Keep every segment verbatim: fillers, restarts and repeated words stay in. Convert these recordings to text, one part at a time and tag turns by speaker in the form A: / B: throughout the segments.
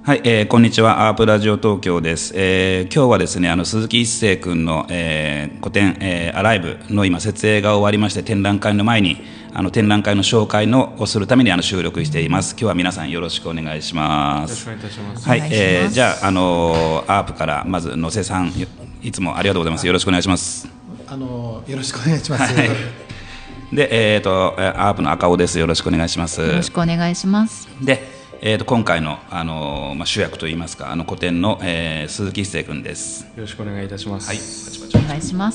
A: はい、えー、こんにちは。アープラジオ東京です。えー、今日はですね、あの鈴木一生君の、えー、個展、えー、アライブの今設営が終わりまして、展覧会の前にあの展覧会の紹介のをするためにあの収録しています。今日は皆さんよろしくお願いします。
B: よろしくお願いいたします。
A: はい、えー、じゃああのアープからまず野瀬さん、いつもありがとうございます。よろしくお願いします。
C: あのよろしくお願いします。
A: はい、で、えーと、アープの赤尾です。よろしくお願いします。
D: よろしくお願いします。
A: で、えーと、今回の、あのまあ、主役といいますか、あの個展の、えー、鈴木一生君です。
B: よろしくお願いいたします。
A: はい、パチパチ
D: お願いします。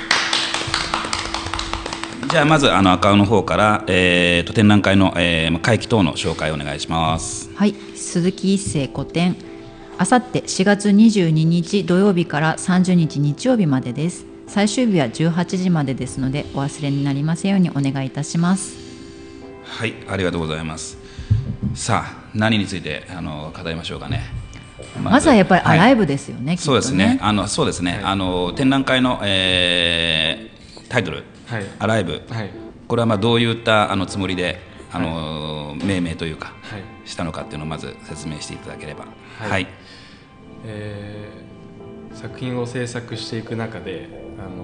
A: じゃあまずあの赤尾の方から、えーと、展覧会の、えー、会期等の紹介をお願いします。
D: はい、鈴木一生個展、あさってしがつにじゅうににち土曜日からさんじゅうにち日曜日までです。最終日はじゅうはちじまでですので、お忘れになりませんようにお願いいたします。
A: はい、ありがとうございます。さあ、何についてあの語りましょうかね。
D: まず、まずはやっぱりアライブですよね。はい、
A: そうですね。あのそうですね。
B: はい、
A: あの展覧会の、えー、タイトル、はい、アライブ。はい、これはまあどういったあのつもりであの、はい、命名というか、はい、したのかっていうのをまず説明していただければ。はい。はい、
B: えー、作品を制作していく中で、あの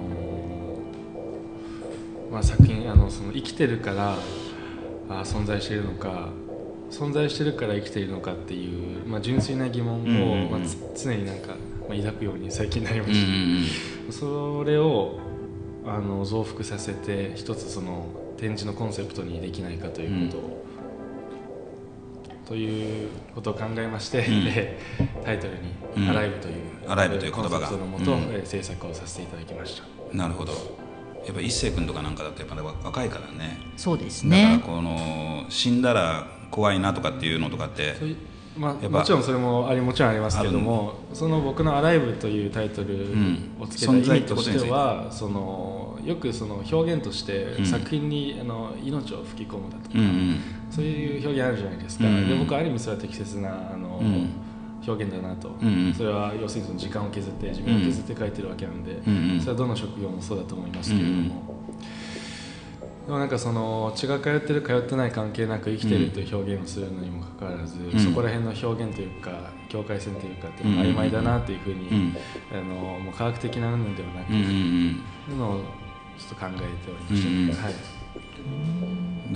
B: まあ作品あのその生きてるからあ存在しているのか。存在してるから生きているのかっていう、まあ、純粋な疑問を、うんうんうんまあ、常になんか、まあ、抱くように最近になりました、うんうんうん、それをあの増幅させて一つその展示のコンセプトにできないかということを、うん、ということを考えまして、うん、でタイトルに、うん、アライブという
A: アライブという言葉が
B: コンセプトのもと、うん、制作をさせていただきました。
A: なるほど。やっぱ一生君とかなんかだとやっぱ、ね、若いからね。
D: そうですね。
A: だからこの死んだら怖いなとかっていうのとかって
B: まあ、もちろんそれもありもちろんありますけれども、その僕の「アライブ」というタイトルをつけた意味としては、そのよくその表現として作品にあの命を吹き込むだとか、うんうん、そういう表現あるじゃないですか、うんうん、で僕はある意味それは適切なあの、うん、表現だなと、うんうん、それは要するにその時間を削って自分を削って書いてるわけなんで、うんうん、それはどの職業もそうだと思いますけれども、うんうん、でもなんかその血が通ってる通ってない関係なく生きてるという表現をするのにもかかわらず、うん、そこら辺の表現というか境界線というかっていうのが曖昧だなというふうに、うん、あのもう科学的な部分ではなくて、うんうんうん、いうのをちょっと考えておりました、うんうんはい、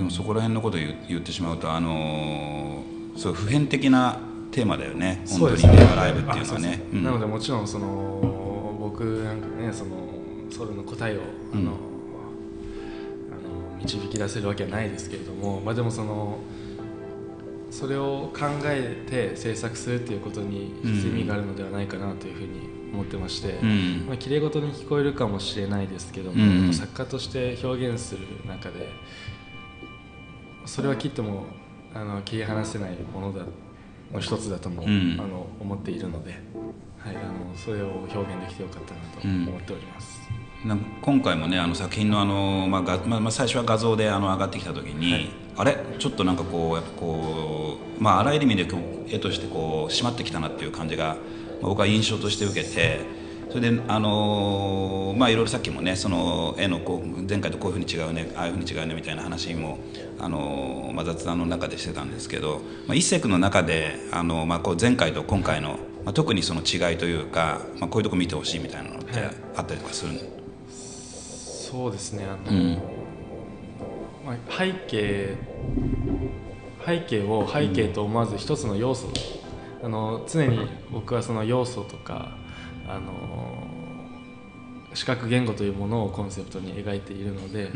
A: でもそこら辺のことを 言, 言ってしまうとあのー、そう普遍的なテーマだよね。本当にねアライブっていうのはね、うん、
B: なのでもちろんその僕なんかねそのそれの答えをあの、うん導き出せるわけはないですけれども、まあ、でもそのそれを考えて制作するということに意味があるのではないかなというふうに思ってまして、うんまあ、綺麗事に聞こえるかもしれないですけども、うん、作家として表現する中でそれはきっともあの切り離せないものだの一つだとも、うん、あの思っているので、はい、あのそれを表現できてよかったなと思っております。
A: なんか今回もねあの作品のあの、まあがまあ、最初は画像であの上がってきた時に、はい、あれちょっとなんかこうやっぱこう、まあ、あらゆる意味で絵としてこう締まってきたなっていう感じが、まあ、僕は印象として受けて、それであのまあいろいろさっきもねその絵のこう前回とこういうふうに違うねああいうふうに違うねみたいな話もあの、まあ、雑談の中でしてたんですけど、まあ、一世君の中であの、まあ、こう前回と今回の、まあ、特にその違いというか、まあ、こういうとこ見てほしいみたいなのってあったりとかするんですか？
B: そうですねあの、うんまあ、背景背景を背景と思わず一つの要素、うん、あの常に僕はその要素とかあの視覚言語というものをコンセプトに描いているので、うん、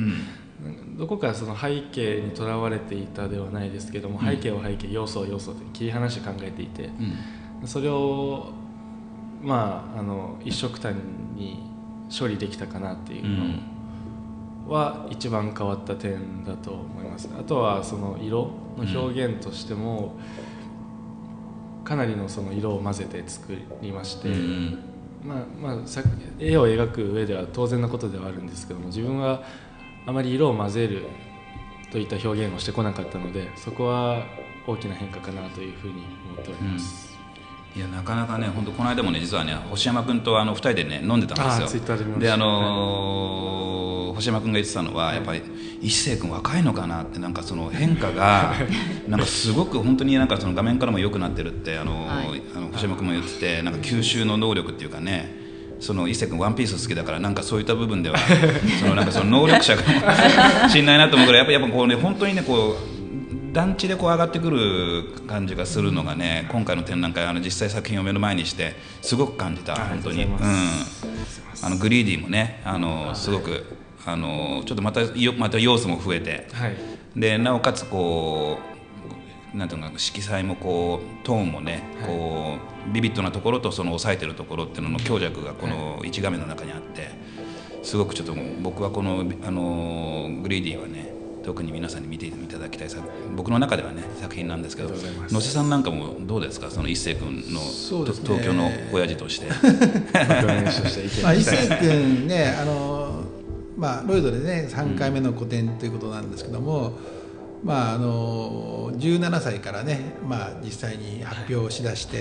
B: どこかその背景にとらわれていたではないですけども、うん、背景を背景要素を要素で切り離して考えていて、うん、それをまああの一緒くたに処理できたかなっていうのを、うんは一番変わった点だと思います。あとはその色の表現としても、うん、かなりのその色を混ぜて作りまして、うん、まあまあ絵を描く上では当然なことではあるんですけども、自分はあまり色を混ぜるといった表現をしてこなかったので、そこは大きな変化かなというふうに思っております。
A: うん、いやなかなかね本当この間もね実はね星山君とあのふたりでね飲んでたんですよ。
B: あツイッターで見ました。
A: であのーと星山君が言ってたのはやっぱり一星君若いのかなって、なんかその変化がなんかすごく本当になんかその画面からも良くなってるってあの、はい、あの星山君も言ってて、なんか吸収の能力っていうかね、その一星君ワンピース好きだから、なんかそういった部分ではそのなんかその能力者かもしれないなと思うぐらい、やっぱやっぱこうね本当にねこう団地でこう上がってくる感じがするのがね、今回の展覧会あの実際作品を目の前にしてすごく感じた。本当に、うん、あのグリーディーもねあのすごくあのちょっとまたよまた要素も増えて、はい、でなおかつこうなんていうのか色彩もこうトーンもね、はい、こうビビッドなところとその抑えてるところっていうのの強弱がこのいち画面の中にあって、すごくちょっと僕はこのあのグリーディーはね特に皆さんに見ていただきたい作僕の中ではね作品なんですけど、野瀬さんなんかもどうですか、その一星君の、ね、東京の親父として
C: まあ一星君ねあの、まあ、ロイドでねさんかいめの個展ということなんですけども、うん、まああのじゅうななさいからね、まあ、実際に発表しだして、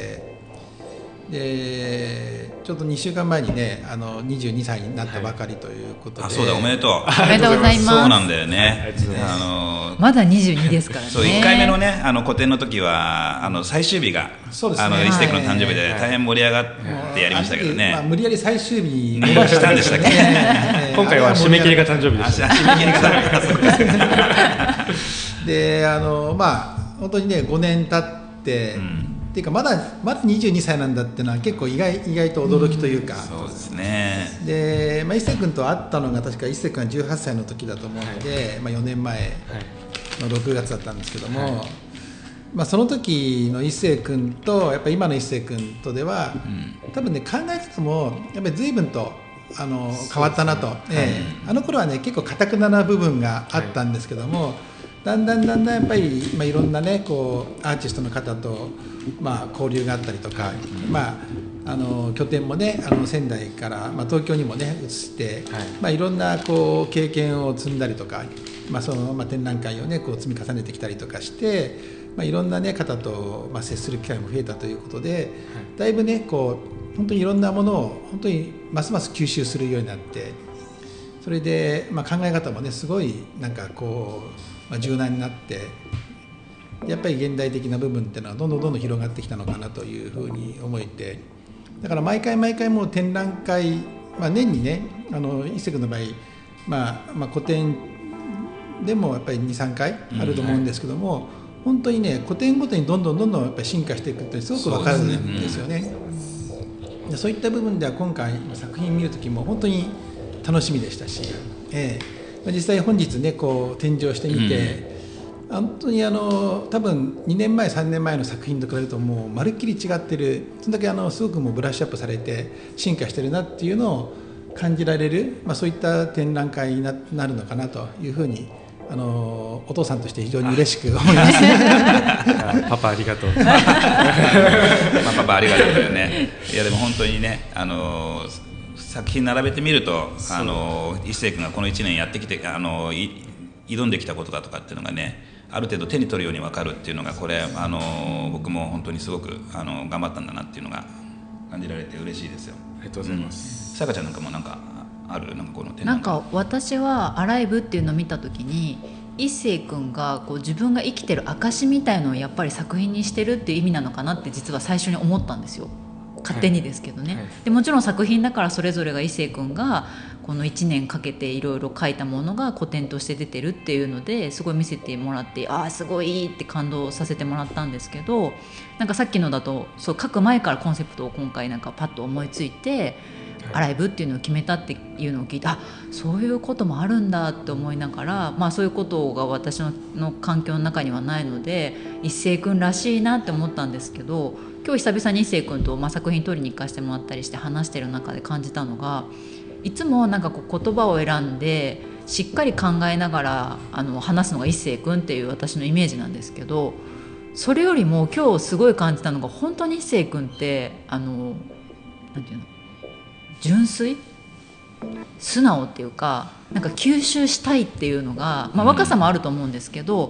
C: でちょっとにしゅうかんまえにねあのにじゅうにさいになったばかりということで、
A: はい、あそうだおめでとう
D: おめでとうございます。
A: そうなんだよね、
D: あのまだにじゅうにですからね。
A: そういっかいめのねあの個展の時はあの最終日が、ね、あの一星君の誕生日で大変盛り上がってやりましたけどね、
C: まあ、無理やり最終日に
A: 伸ばしたんでしたっけ
B: 今回は締め切りが誕生日でした。締め切りが誕生
C: 日であのまあ本当にねごねん経って、うんっていうかまだまだにじゅうにさいなんだっていうのは結構意外意外と驚きというか、
A: うん、そうですね。
C: で、まあ、一星君と会ったのが確か一星君がじゅうはっさいの時だと思うので、はい、まあ、よねんまえのろくがつだったんですけども、はい、まあ、その時の一星君とやっぱり今の一星君とでは、うん、多分ね考え方もやっぱり随分とあの変わったなと、ね、えー、あの頃はね結構堅くなな部分があったんですけども、はい、だんだんだんだんやっぱり、まあ、いろんなねこうアーティストの方と、まあ、交流があったりとか、まあ、あの拠点もねあの仙台から、まあ、東京にもね移して、はい、まあ、いろんなこう経験を積んだりとか、まあそのまあ、展覧会をねこう積み重ねてきたりとかして、まあ、いろんな、ね、方と、まあ、接する機会も増えたということで、はい、だいぶねこう本当にいろんなものを本当にますます吸収するようになって、それで、まあ、考え方もねすごいなんかこう、まあ、柔軟になって、やっぱり現代的な部分っていうのはどんどんどんどん広がってきたのかなというふうに思えて、だから毎回毎回もう展覧会、まあ、年にねあの一星君の場合、まあまあ、個展でもやっぱりにさんかいあると思うんですけども、うん、はい、本当にね個展ごとにどんどんどんどんやっぱり進化していくってすごく分かるんですよね。そう、そういった部分では今回作品見るときも本当に楽しみでしたし、えー、実際本日ねこう展示をしてみて、うん、本当にあの多分にねんまえさんねんまえの作品と比べるともうまるっきり違ってる、それだけあのすごくもうブラッシュアップされて進化してるなっていうのを感じられる、まあ、そういった展覧会に な, なるのかなというふうにあのお父さんとして非常に嬉しく思います
B: パパありがとう
A: まあパパありがとうだよね。いやでも本当にねあの作品並べてみるとあの一星君がこのいちねんやってきてあの挑んできたことだとかっていうのがねある程度手に取るように分かるっていうのがこれあの僕も本当にすごくあの頑張ったんだなっていうのが感じられて嬉しいですよ。
B: ありがとうございます。
A: さやかちゃんなんかもなんかあるなんかこの展
D: なんか私はアライブっていうのを見た時に一星君がこう自分が生きてる証みたいのをやっぱり作品にしてるっていう意味なのかなって実は最初に思ったんですよ。勝手にですけどね、はいはい、でもちろん作品だからそれぞれが一星君がこのいちねんかけていろいろ書いたものが古典として出てるっていうのですごい見せてもらって、ああすごいって感動させてもらったんですけど、なんかさっきのだとそう書く前からコンセプトを今回なんかパッと思いついてアライブっていうのを決めたっていうのを聞いて、あそういうこともあるんだって思いながら、まあ、そういうことが私 の, の環境の中にはないので一星君らしいなって思ったんですけど、今日久々に一星君と、まあ、作品撮りに行かせてもらったりして話してる中で感じたのが、いつもなんかこう言葉を選んでしっかり考えながらあの話すのが一星君っていう私のイメージなんですけど、それよりも今日すごい感じたのが本当に一星君ってあのなんていうの純粋素直っていうか、なんか吸収したいっていうのが、まあ、若さもあると思うんですけど、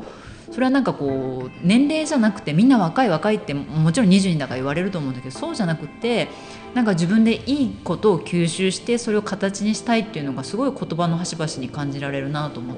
D: それはなんかこう年齢じゃなくてみんな若い若いってもちろんにじゅうにだから言われると思うんだけど、そうじゃなくてなんか自分でいいことを吸収してそれを形にしたいっていうのがすごい言葉の端々に感じられるなと思って、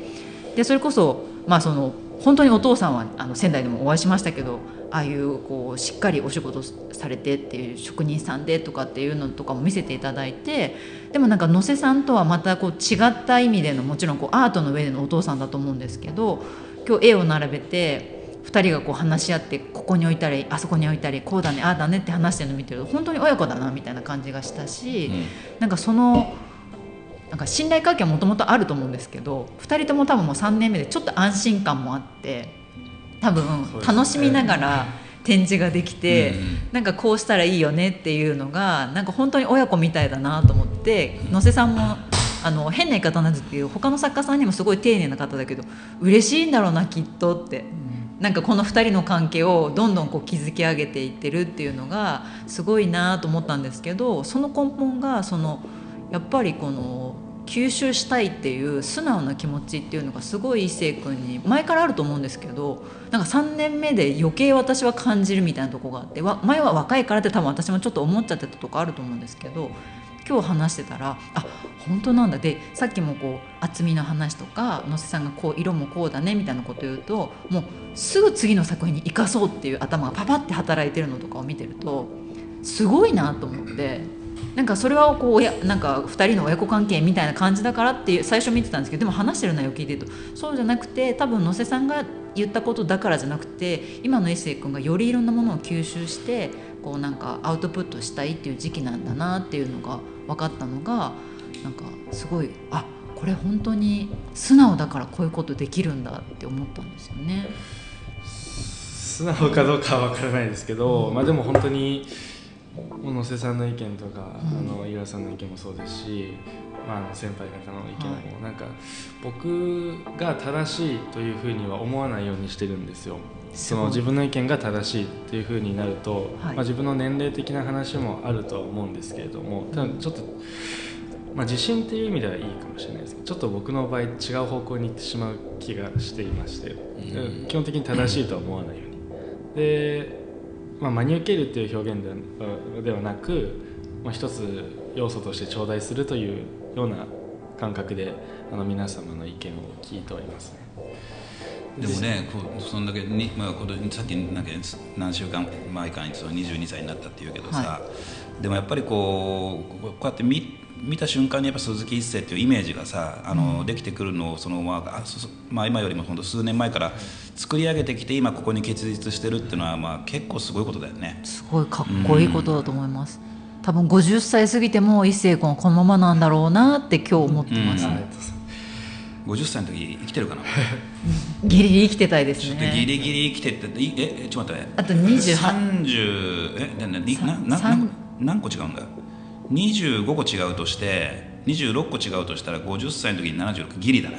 D: でそれこそまあその本当にお父さんはあの仙台でもお会いしましたけど、ああいうこうしっかりお仕事されてっていう職人さんでとかっていうのとかも見せていただいて、でもなんか野瀬さんとはまたこう違った意味でのもちろんこうアートの上でのお父さんだと思うんですけど、今日絵を並べてふたりがこう話し合ってここに置いたりあそこに置いたりこうだねああだねって話してるのを見てると本当に親子だなみたいな感じがしたし、うん、なんかそのなんか信頼関係はもともとあると思うんですけど、ふたりとも多分もうさんねんめでちょっと安心感もあって多分楽しみながら展示ができて、なんかこうしたらいいよねっていうのがなんか本当に親子みたいだなと思って、野瀬さんもあの変な言い方なんですけど他の作家さんにもすごい丁寧な方だけど嬉しいんだろうなきっとって、なんかこのふたりの関係をどんどんこう築き上げていってるっていうのがすごいなと思ったんですけど、その根本がそのやっぱりこの吸収したいっていう素直な気持ちっていうのがすごい一星君に前からあると思うんですけど、なんかさんねんめで余計私は感じるみたいなところがあって、わ前は若いからって多分私もちょっと思っちゃってたとこあると思うんですけど、今日話してたらあ本当なんだ。でさっきもこう厚みの話とか野瀬さんがこう色もこうだねみたいなこと言うともうすぐ次の作品に生かそうっていう頭がパパって働いてるのとかを見てるとすごいなと思って。なんかそれはこう親なんかふたりの親子関係みたいな感じだからっていう最初見てたんですけど、でも話してる内容を聞いてるとそうじゃなくて、多分野瀬さんが言ったことだからじゃなくて今の一星君がよりいろんなものを吸収してこうなんかアウトプットしたいっていう時期なんだなっていうのが分かったのがなんかすごいあこれ本当に素直だからこういうことできるんだって思ったんですよね。
B: 素直かどうかは分からないですけど、うん、まあでも本当に野瀬さんの意見とか、うん、あの井浦さんの意見もそうですし、まあ、あの先輩方の意見も、はい、なんか僕が正しいというふうには思わないようにしてるんですよ。その自分の意見が正しいっていうふうになると、はい、まあ、自分の年齢的な話もあるとは思うんですけれども、ただちょっと、まあ、自信っていう意味ではいいかもしれないですけど、ちょっと僕の場合違う方向に行ってしまう気がしていまして、うん、基本的に正しいとは思わないようにでまあ、真に受けるっていう表現で は, ではなく、まあ、一つ要素として頂戴するというような感覚であの皆様の意見を聞いておりますね。
A: でもね、こうそんだけに、まあ、さっきなんか何週間前かにそのにじゅうにさいになったっていうけどさ、はい、でもやっぱりこうこうやって見見た瞬間にやっぱ鈴木一世っていうイメージがさあの、うん、できてくるのをその、まあそまあ、今よりもほんと数年前から作り上げてきて今ここに結実してるっていうのは、まあ、結構すごいことだよね。
D: すごいかっこいいことだと思います、うん、多分ごじゅっさい過ぎても一世君はこのままなんだろうなって今日思ってます、うんうん、
A: ごじゅっさいの時生きてるかな
D: ギリギリ生きてたいですね。
A: ちょっとギリギリ生きてってええちょっと待って
D: あとにじゅうはち さ
A: んじゅうえななななな何個違うんだにじゅうごこ違うとしてにじゅうろっこ違うとしたらごじゅっさいの時にななじゅうろくギリだな。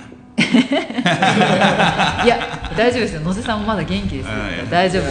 D: いや大丈夫ですよ。野瀬さんもまだ元気ですよ。大丈夫です。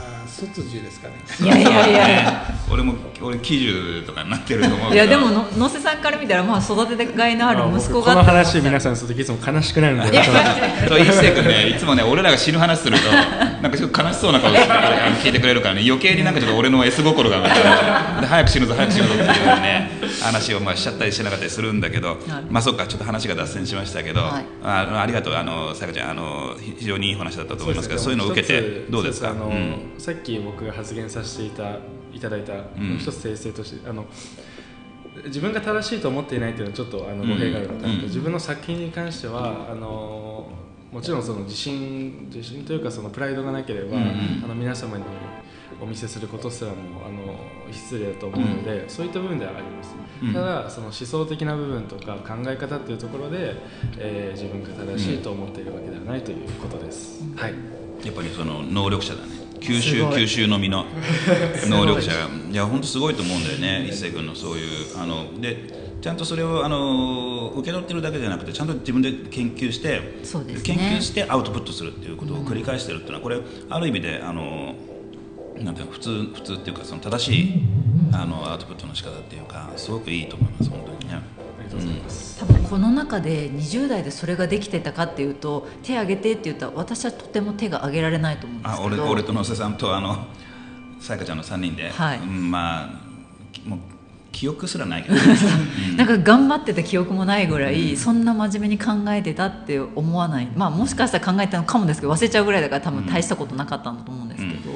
C: 卒寿ですかね。
D: いやいやいや、ね、
A: 俺も俺きゅうじゅうとかになってると思うけど。
D: いやでもの野瀬さんから見たらまあ育てがいのある息子が
B: この話皆さんするときいつも悲しくなるんで。
A: そう一星君ねいつもね俺らが死ぬ話するとなんかちょっと悲しそうな顔して聞いてくれるからね余計になんかちょっと俺の S 心がで早く死ぬぞ早く死ぬぞっていうね話をまあしちゃったりしなかったりするんだけど、はい、まあそっかちょっと話が脱線しましたけど、はい、あ, ありがとうあのさやかちゃんあの非常にいい話だったと思いますけどそういうのを受けてどうですか。
B: あの、うん、さっき僕が発言させていたいただいた一つ訂正として、うん、あの自分が正しいと思っていないというのはちょっとあの語弊があるので、うん、自分の作品に関してはあのもちろんその自信自信というかそのプライドがなければ、うん、あの皆様にお見せすることすらもあの失礼だと思うので、うん、そういった部分ではあります、うん、ただその思想的な部分とか考え方というところで、えー、自分が正しいと思っているわけではないということです、うん、はい。
A: やっぱりその能力者だね。吸収吸収のみの能力者がいや本当すごいと思うんだよね一星君のそういうあのでちゃんとそれをあの受け取ってるだけじゃなくてちゃんと自分で研究して、
D: そうですね、
A: 研究してアウトプットするっていうことを繰り返してるっていうのはこれある意味であのなんていうの普通普通っていうかその正しいあのアウトプットの仕方っていうかすごくいいと思います本当にね。
B: がとうございます。
D: 多分この中でにじゅう代でそれができてたかっていうと、手挙げてって言ったら私はとても手が挙げられないと思うんですけど、
A: あ、俺、俺と野瀬さんとあのさやかちゃんのさんにんで、
D: はい、
A: うん、まあもう記憶すらないけど、
D: うん、なんか頑張ってた記憶もないぐらい、うん、そんな真面目に考えてたって思わない、まあもしかしたら考えてたのかもですけど忘れちゃうぐらいだから多分大したことなかったんだと思うんですけど、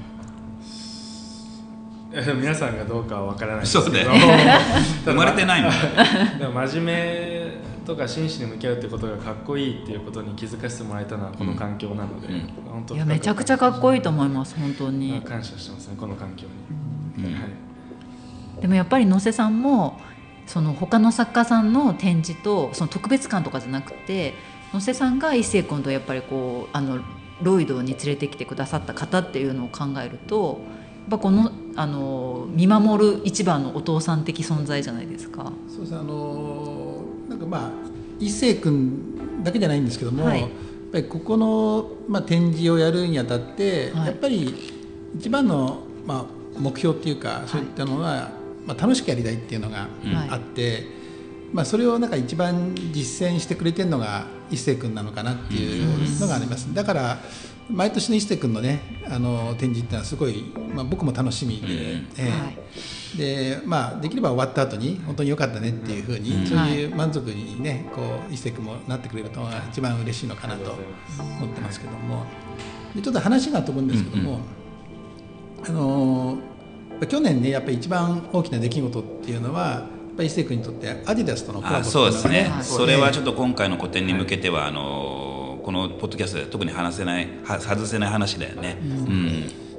B: うん、皆さんがどうかは分からないですけど、
A: 生まれてないもん
B: でも真面目とか真摯に向き合うってことがかっこいいっていうことに気づかせてもらえたのはこの環境なので、うん、
D: 本当いやめちゃくちゃかっこいいと思います。本当に
B: 感謝してますね、この環境に、うん、はい。
D: でもやっぱり野瀬さんもその他の作家さんの展示とその特別感とかじゃなくて、野瀬さんが一星君とやっぱりこうあのロイドに連れてきてくださった方っていうのを考えると、やっぱこのあの見守る一番のお父さん的存在じゃないですか。
C: そうですね、あのなんかまあ一星君だけじゃないんですけども、はい、やっぱりここの、まあ、展示をやるにあたって、はい、やっぱり一番の、まあ、目標っていうか、そういったのは、はい、まあ、楽しくやりたいっていうのがあって、はい、まあ、それをなんか一番実践してくれてるのが一星君なのかなっていうのがあります。だから毎年の一星君のね、あの展示っていうのはすごい、まあ、僕も楽しみで、えーでまあ、できれば終わった後に本当に良かったねっていうふうに、うん、そういう満足にね、こう一星君もなってくれるのが一番嬉しいのかなと思ってますけども、でちょっと話が飛ぶんですけども、うんうん、あの去年ねやっぱり一番大きな出来事っていうのはやっぱり一星君にとってアディダスとのコラボっていうのがね、
A: そうですね、それはちょっと今回の個展に向けては、はい、あのこのポッドキャストで特に話せない外せない話だよね、うんうん、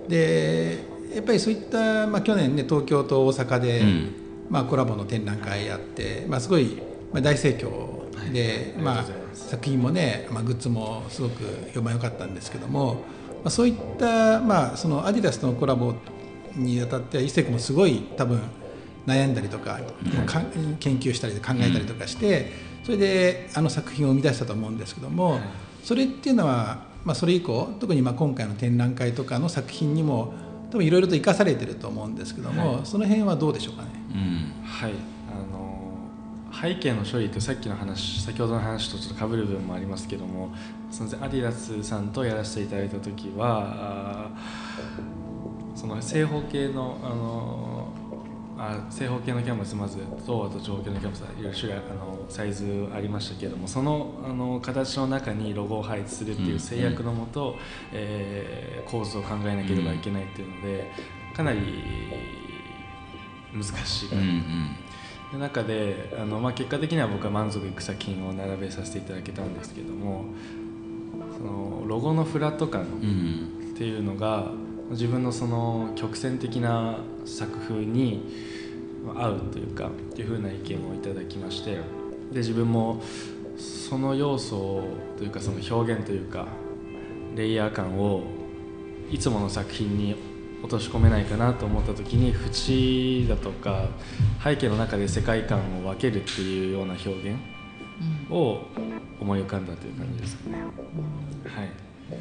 A: でやっぱりそういった、まあ、去年ね東京と大阪で、うん、まあ、コラボの展覧会やって、まあ、すごい、まあ、大盛況で、はい、まあ、作品もね、まあ、グッズもすごく評判良かったんですけども、まあ、そういった、まあ、そのアディダスとのコラボにあたっては一星君もすごい多分悩んだりとか、うん、か研究したり考えたりとかして、うん、それであの作品を生み出したと思うんですけども、はい、それっていうのは、まあ、それ以降特にまあ今回の展覧会とかの作品にも多分いろいろと生かされてると思うんですけども、はい、その辺はどうでしょうかね。
B: うん、はい、あの背景の処理ってさっきの話先ほどの話とちょっと被る部分もありますけども、そのアディダスさんとやらせていただいた時はその正方形のあのあ正方形のキャンバスまずとあと長方形のキャンバスいろいろ種類あのサイズありましたけれども、そのあの形の中にロゴを配置するっていう制約のもと、うん、えー、構図を考えなければいけないっていうのでかなり難しい、うんうん、で中であの、まあ、結果的には僕は満足いく作品を並べさせていただけたんですけども、そのロゴのフラット感っていうのが自分のその曲線的な作風に合うというかっていう風な意見をいただきまして、で自分もその要素というかその表現というかレイヤー感をいつもの作品に落とし込めないかなと思った時に、縁だとか背景の中で世界観を分けるっていうような表現を思い浮かんだという感じですかね。はい。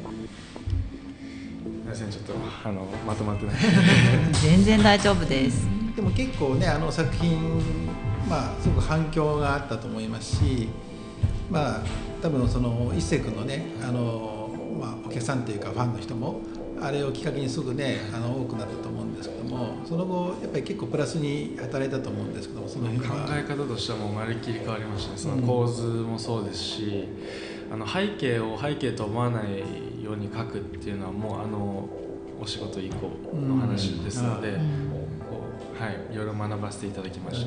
B: ちょっとあのまとまってない
D: 全然大丈夫です。
C: でも結構ねあの作品、まあ、すごく反響があったと思いますし、まあ、多分その一星君のねあの、まあ、お客さんというかファンの人もあれをきっかけにすぐねあの多くなったと思うんですけども、その後やっぱり結構プラスに働いたと思う
B: んですけども、その辺は考え方としてはもうまるっきり変わりましたね。その構図もそうですし、うん、あの背景を背景と思わないように描くっていうのはもうあのお仕事以降の話ですので、うん、こうはい、いろいろ学ばせていただきました。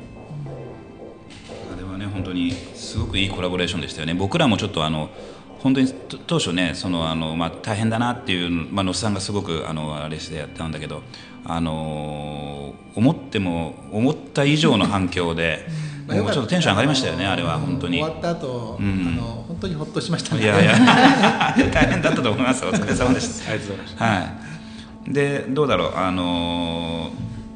A: あれはね本当にすごくいいコラボレーションでしたよね。僕らもちょっとあの本当に当初ねそのあの、まあ、大変だなっていう、まあ、野瀬さんがすごくあのあれしてやったんだけど、あの思っても思った以上の反響でもうちょっとテンション上がりましたよね。あれは本当に
C: 終わった後、うん、あの本当にほっとしましたね。
A: いやいや大変だったと思います。お疲れ様でした。
B: ありがとうございました。
A: はい、でどうだろう、あの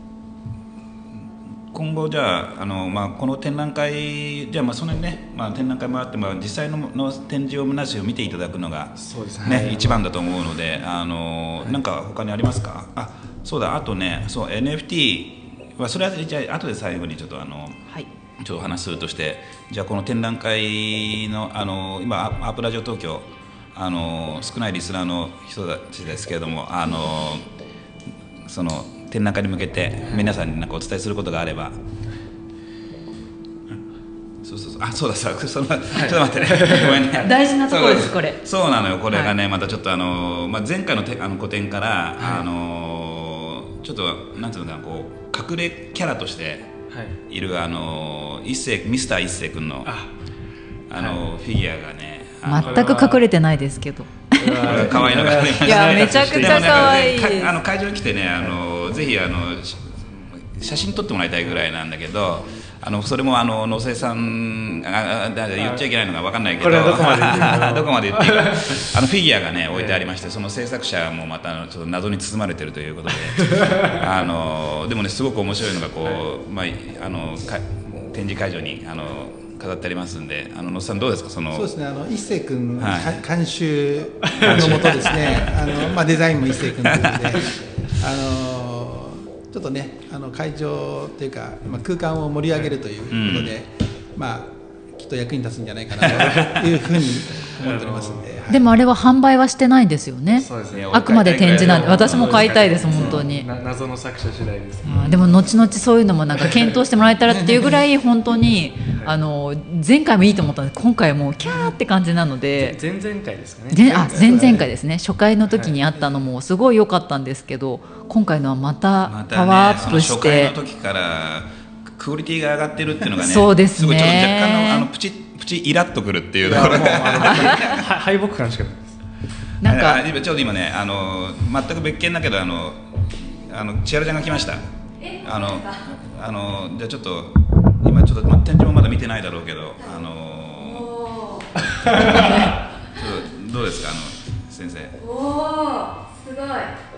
A: 今後じゃあ、あの、まあ、この展覧会じゃあまあそのね、まあ、展覧会もあって、まあ、実際 の, の展示をむなしを見ていただくのが、
B: そうですね、
A: ね、一番だと思うので、あの、はい、なんか他にありますか。あ、そうだ、あとね、そう エヌエフティー はそれはじゃあ後で最後にちょっとあの、
D: はい、
A: ちょっとお話しするとして、じゃあこの展覧会のあの今アープラジオ東京あの少ないリスナーの人たちですけれども、あのその展覧会に向けて皆さんに何かお伝えすることがあれば。そうそうそう、あ、そうだそうだ、その、はい、ちょっと待ってね、ごめんね。
D: 大事なところですこれ。
A: そうなのよ、これがね、
D: はい、
A: またちょっとあの、まあ、前回のてあの個展から、はい、あのちょっとなんていうのかな、こう隠れキャラとしている、はい、あの一世ミスター一世君のああの、はい、フィギュアがね、
D: 全く隠れてないですけど。
A: 可愛いのが、
D: いやめちゃくちゃ可愛いです。
A: あの会場に来てね、あのぜひあの写真撮ってもらいたいぐらいなんだけど。あのそれもあの野瀬さんああ言っちゃいけないのが分かんないけど、
B: どこまで言っていいか
A: どこまで言っていいかあのフィギュアがね置いてありまして、その制作者もまたちょっと謎に包まれているということであのでもねすごく面白いのがこう、はい、まあ、あのか展示会場にあの飾ってありますんで、あの野瀬さんどうですか、その
C: そうですね、あの一世君、はい、監修のもとですねあの、まあ、デザインも一世君ということであのちょっとね、あの会場というか、まあ、空間を盛り上げるということで、うん、まあきっと役に立つんじゃないかなというふうに思っておりますんで、はい、
D: でもあれは販売はしてないんですよね。
B: そうですね、
D: あくまで展示なんで、私も買いたいです、本当に。
B: 謎の作者次第です、ね、
D: あでも後々そういうのもなんか検討してもらえたらっていうぐらい本当にあの前回もいいと思ったんです。今回もキャーって感じなので、
B: 前々回ですかね。
D: あ前々回ですね、初回の時にあったのもすごい良かったんですけど、今回のはまたパワーアップして、
A: またね、初回の時からクオリティが上がってるっていうのがね、
D: そうですね、
A: すごいちょっと若干のあのプチプチイラッとくるっていうところで
B: 敗北感しかないです。
A: なんかちょうど今ね、あの全く別件だけど、あのあの千春ちゃんが来ました。あのあのじゃあちょっと今ちょっと展示もまだ見てないだろうけど、あのちょっとどうですか、あの先生。
E: おお、すごい。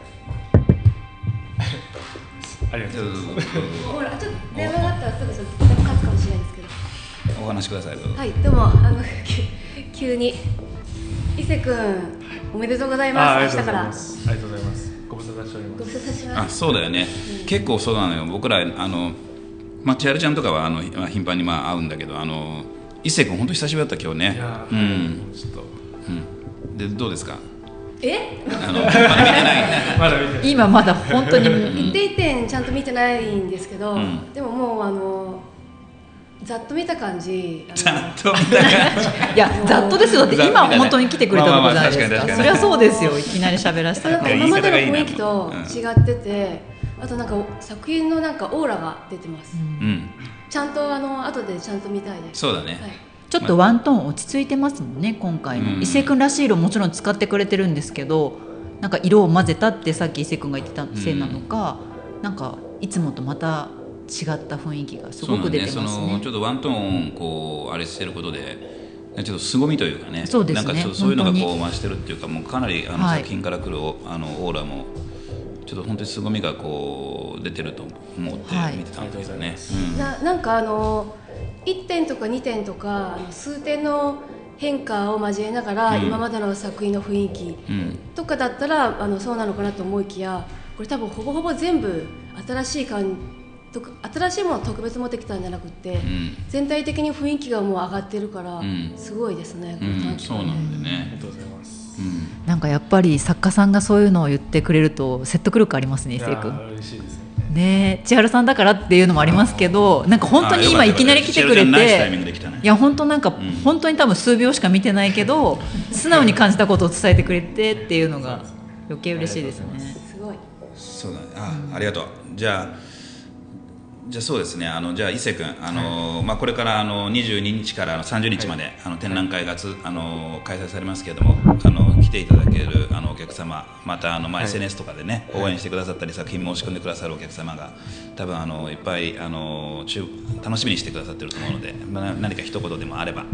B: ありがとうございます。
E: ほら、ちょっと電話があったらすぐちょっと勝つかもしれないですけど。
A: お話しください。どうぞ。
E: はい、どうも、あの急に伊勢君おめでとうございます。明日から。あり
B: がとうございます。ご無沙汰しております。
E: ご無沙汰します。
A: あ、そうだよね。うん、結構そうなのよ。僕らあのまあ千春ちゃんとかはあの頻繁にまあ会うんだけど、あの伊勢君本当久しぶりだった今日ね。うん。ちょっと。うん。でどうですか。
E: え？
A: あのまだ見てない。
B: まだ見てない。
D: 今まだ本当に
E: 一点一点ちゃんと見てないんですけど、うん、でももうあのざっと見た感じ。
A: ざっと見た感じ。
D: いやざっとですよ。だって今本当に来てくれたとこじゃないですか。それはそうですよ。いきなり喋らせたら。
E: 今までの雰囲気と違ってて、あとなんか作品のなんかオーラが出てます。うん。ちゃんとあの後でちゃんと見たいです。
A: そうだね。はい、
D: ちょっとワントーン落ち着いてますもんね今回の。伊勢君らしい色もちろん使ってくれてるんですけど、なんか色を混ぜたってさっき伊勢君が言ってたせいなのか、なんかいつもとまた違った雰囲気がすごく出てますね。
A: そのちょっとワントーンこうあれしてることで。ちょっと凄みというかね、
D: そうですね、
A: なんかちょっとそういうのがこう増してるっていうか、もうかなりあの作品から来るあのオーラもちょっと本当に凄みがこう出てると思って見てたんですよね。はい
E: うん、な, なんかあのいってんとかにてんとか数点の変化を交えながら、うん、今までの作品の雰囲気とかだったら、うん、あのそうなのかなと思いきや、これ多分ほぼほぼ全部新しい感じ、新しいものを特別持ってきたんじゃなくて、うん、全体的に雰囲気がもう上がってるから、うん、すごいですね、
A: この短期間で。そうなんでね。
B: ありがとうございます。
D: うん、なんかやっぱり作家さんがそういうのを言ってくれると説得力ありますね、伊勢君。
B: 嬉しいです
D: ね。ね、千春さんだからっていうのもありますけど、なんか本当に今いきなり来てくれて、いや本当なんか、うん、本当に多分数秒しか見てないけど、素直に感じたことを伝えてくれてっていうのが余計嬉しいですね。
E: すごい。
A: そうだね。あ、ありがとう。じゃあ。じゃあそうですね、あのじゃあ伊勢君、あの、はいまあ、これからあのにじゅうににちからさんじゅうにちまで、はい、あの展覧会がつあの開催されますけれども、あの来ていただけるあのお客様、またあの、まあ、エスエヌエス とかでね、はい、応援してくださったり作品申し込んでくださるお客様が多分あのいっぱいあの楽しみにしてくださっていると思うので、まあ、何か一言でもあれば。はい、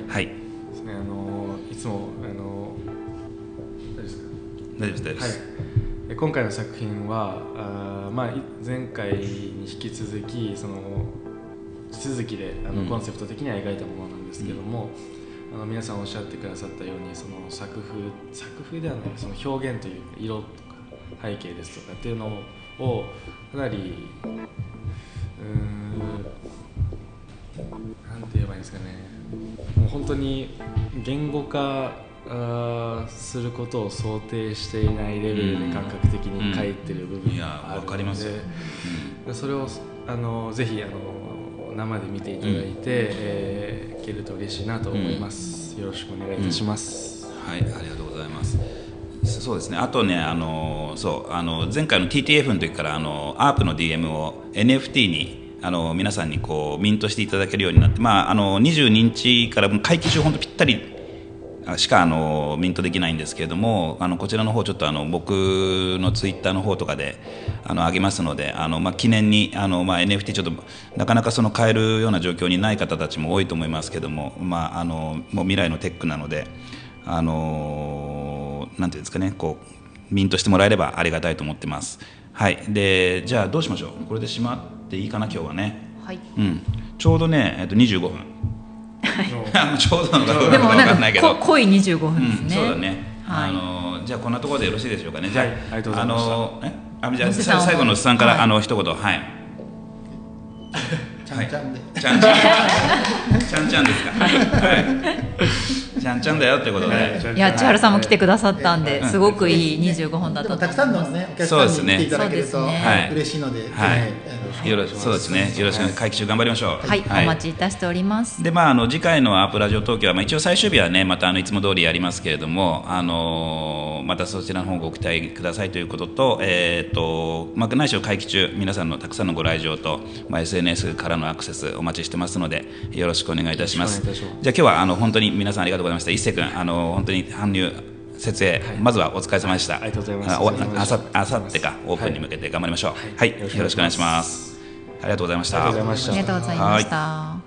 A: はい
B: ですね、あのいつもあの大丈夫ですか。
A: 大丈夫です、大丈夫です。はい
B: 今回の作品はあ、まあ、前回に引き続きその続きであの、うん、コンセプト的には描いたものなんですけども、うん、あの皆さんおっしゃってくださったようにその作風作風ではないその表現というか色とか背景ですとかっていうのをかなりうーんですかね、もう本当に言語化あすることを想定していないレベルで感覚的に書いてる部分があるので、それをあのぜひあの生で見ていただいて、うんえー、いけると嬉しいなと思います、うん、よろしくお願いいたします、
A: うん、はい、ありがとうございます。そうですね、あとね、あのそうあの前回の ティーティーエフ の時からあのアープの ディーエム を エヌエフティー にあの皆さんにこうミントしていただけるようになって、まあ、あのにじゅうににちから会期中本当ぴったりしかあのミントできないんですけれども、あのこちらの方ちょっとあの僕のツイッターの方とかであの上げますので、あの、まあ、記念にあの、まあ、エヌエフティー ちょっとなかなかその買えるような状況にない方たちも多いと思いますけども、まあ、あのもう未来のテックなので、あのなんていうんですかね、こうミントしてもらえればありがたいと思ってます。はい、でじゃあどうしましょう。これでしまっていいかな今日はね。
D: はい、
A: うん、ちょうどね、えっと、にじゅうごふんちょうどなのかどう
D: でも
A: か分かんないけど、
D: 濃いにじゅうごふんですね、
A: うん、そうだね、
D: はい、
A: あのじゃあこんなところでよろしいでしょうかね。じゃあ、
B: はい、ありがとうございました。
A: あのえあじゃあさ最後のおっさんから、はい、あの一言、はい、
C: ちゃんちゃんで、
A: ちゃんちゃんちゃんちゃんですか、はい、ちゃんちゃんだよってことで、
D: いや千春さんも来てくださったんで、すごくいいにじゅうごふんだったと思います。
C: たくさんのねお客さんに来ていただけると嬉しいので、
A: はい、よろそうですね、よろしく会期中頑張りましょう。
D: はい、はい、お待ちいたしております。
A: で、まあ、あの次回のアープラジオ東京は、まあ、一応最終日はねまたあのいつも通りやりますけれども、あのー、またそちらの方ご期待くださいということと、えーとまあ、何しろ会期中皆さんのたくさんのご来場と、まあ、エスエヌエス からのアクセスお待ちしてますのでよろしくお願いいたします。じゃあ今日はあの本当に皆さんありがとうございました。一世君、あの本当に搬入設営、はい、まずはお疲れ様でした。
B: ありがとうございます。
A: あさってかオープンに向けて頑張りましょう。はい、はい、よろしくお願いします。ありがとうございました。
B: ありがとうございました。
D: ありがとうございました。